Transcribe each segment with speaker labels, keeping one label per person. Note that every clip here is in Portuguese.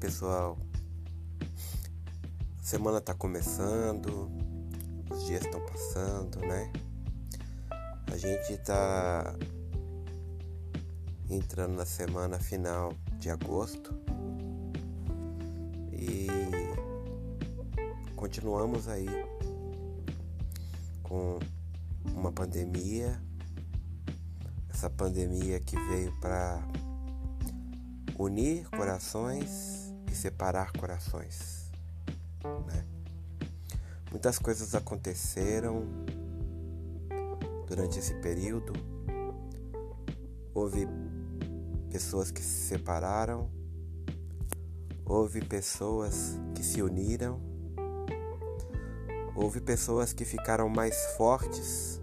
Speaker 1: pessoal? A semana tá começando, os dias estão passando, né? A gente tá entrando na semana final de agosto e continuamos aí com uma pandemia. Essa pandemia que veio para unir corações e separar corações, né? Muitas coisas aconteceram durante esse período. Houve pessoas que se separaram, houve pessoas que se uniram, houve pessoas que ficaram mais fortes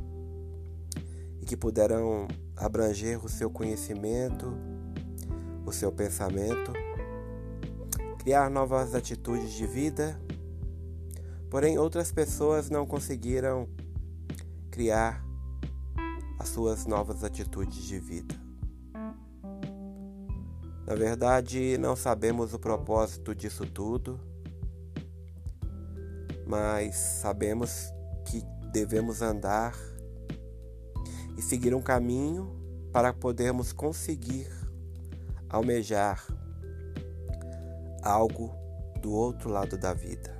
Speaker 1: e que puderam abranger o seu conhecimento, o seu pensamento, criar novas atitudes de vida. Porém, outras pessoas não conseguiram criar as suas novas atitudes de vida. Na verdade, não sabemos o propósito disso tudo, mas sabemos que devemos andar e seguir um caminho para podermos conseguir almejar algo do outro lado da vida.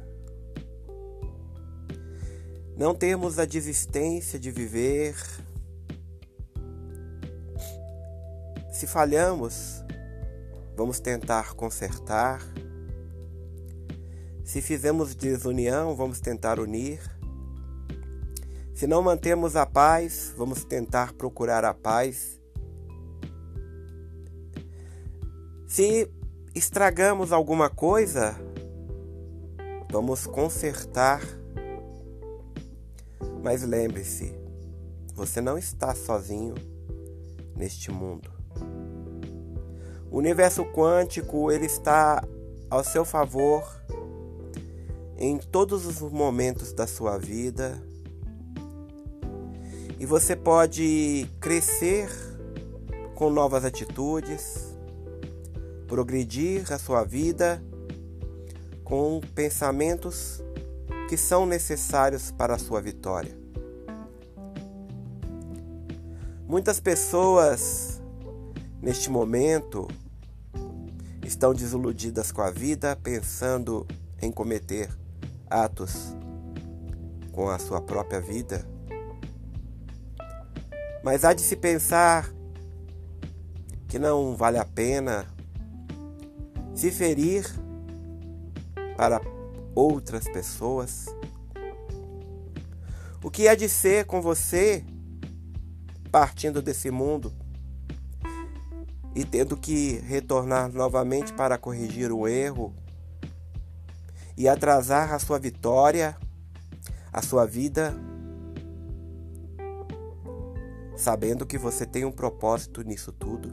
Speaker 1: Não temos a desistência de viver. Se falhamos, vamos tentar consertar. Se fizemos desunião, vamos tentar unir. Se não mantemos a paz, vamos tentar procurar a paz. Se estragamos alguma coisa, vamos consertar. Mas lembre-se, você não está sozinho neste mundo. O universo quântico, ele está ao seu favor em todos os momentos da sua vida. E você pode crescer com novas atitudes, progredir a sua vida com pensamentos que são necessários para a sua vitória. Muitas pessoas, neste momento, estão desiludidas com a vida, pensando em cometer atos com a sua própria vida. Mas há de se pensar que não vale a pena se ferir para outras pessoas. O que há de ser com você partindo desse mundo e tendo que retornar novamente para corrigir o erro e atrasar a sua vitória, a sua vida, sabendo que você tem um propósito nisso tudo?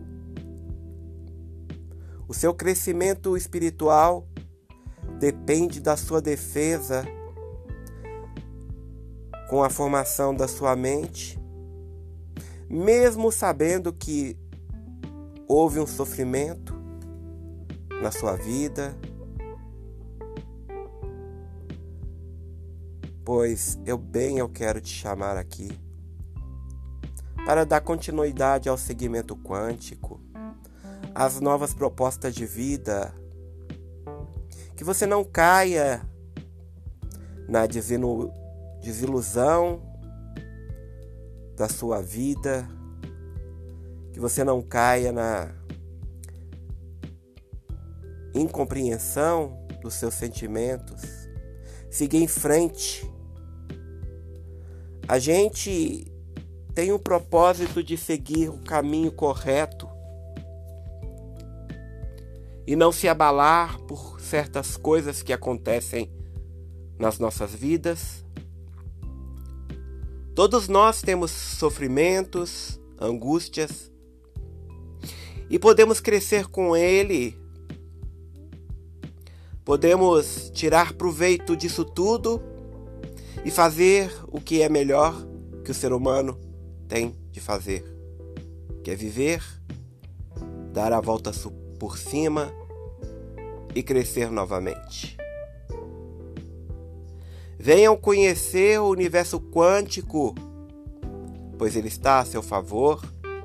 Speaker 1: O seu crescimento espiritual depende da sua defesa com a formação da sua mente, mesmo sabendo que houve um sofrimento na sua vida, pois eu quero te chamar aqui para dar continuidade ao segmento quântico, às novas propostas de vida, que você não caia na desilusão da sua vida, que você não caia na incompreensão dos seus sentimentos. Siga em frente. A gente tem o propósito de seguir o caminho correto e não se abalar por certas coisas que acontecem nas nossas vidas. Todos nós temos sofrimentos, angústias, e podemos crescer com ele. Podemos tirar proveito disso tudo e fazer o que é melhor que o ser humano tem de fazer, que é viver, dar a volta por cima e crescer novamente. Venham conhecer o universo quântico, pois ele está a seu favor.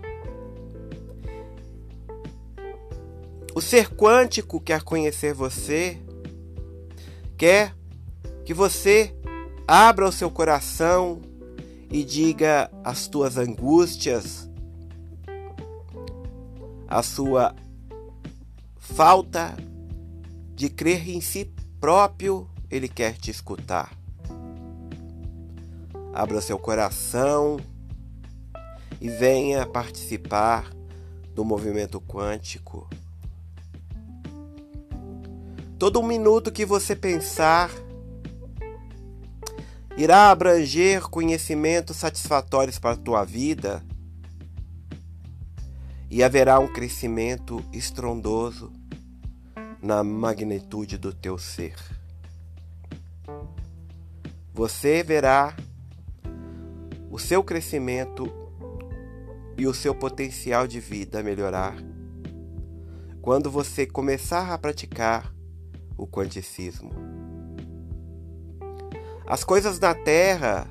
Speaker 1: O ser quântico quer conhecer você, quer que você abra o seu coração e diga as tuas angústias, a sua falta de crer em si próprio, ele quer te escutar. Abra seu coração e venha participar do movimento quântico. Todo minuto que você pensar irá abranger conhecimentos satisfatórios para a tua vida e haverá um crescimento estrondoso na magnitude do teu ser. Você verá o seu crescimento e o seu potencial de vida melhorar quando você começar a praticar o quanticismo. As coisas na Terra,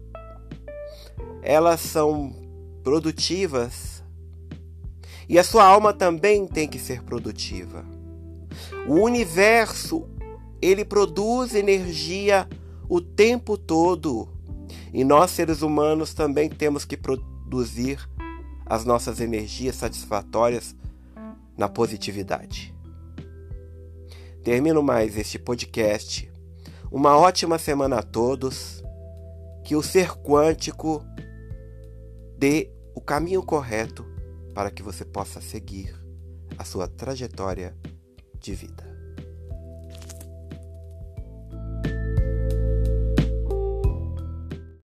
Speaker 1: elas são produtivas e a sua alma também tem que ser produtiva. O universo, ele produz energia o tempo todo e nós, seres humanos, também temos que produzir as nossas energias satisfatórias na positividade. Termino mais este podcast. Uma ótima semana a todos. Que o ser quântico dê o caminho correto para que você possa seguir a sua trajetória de vida.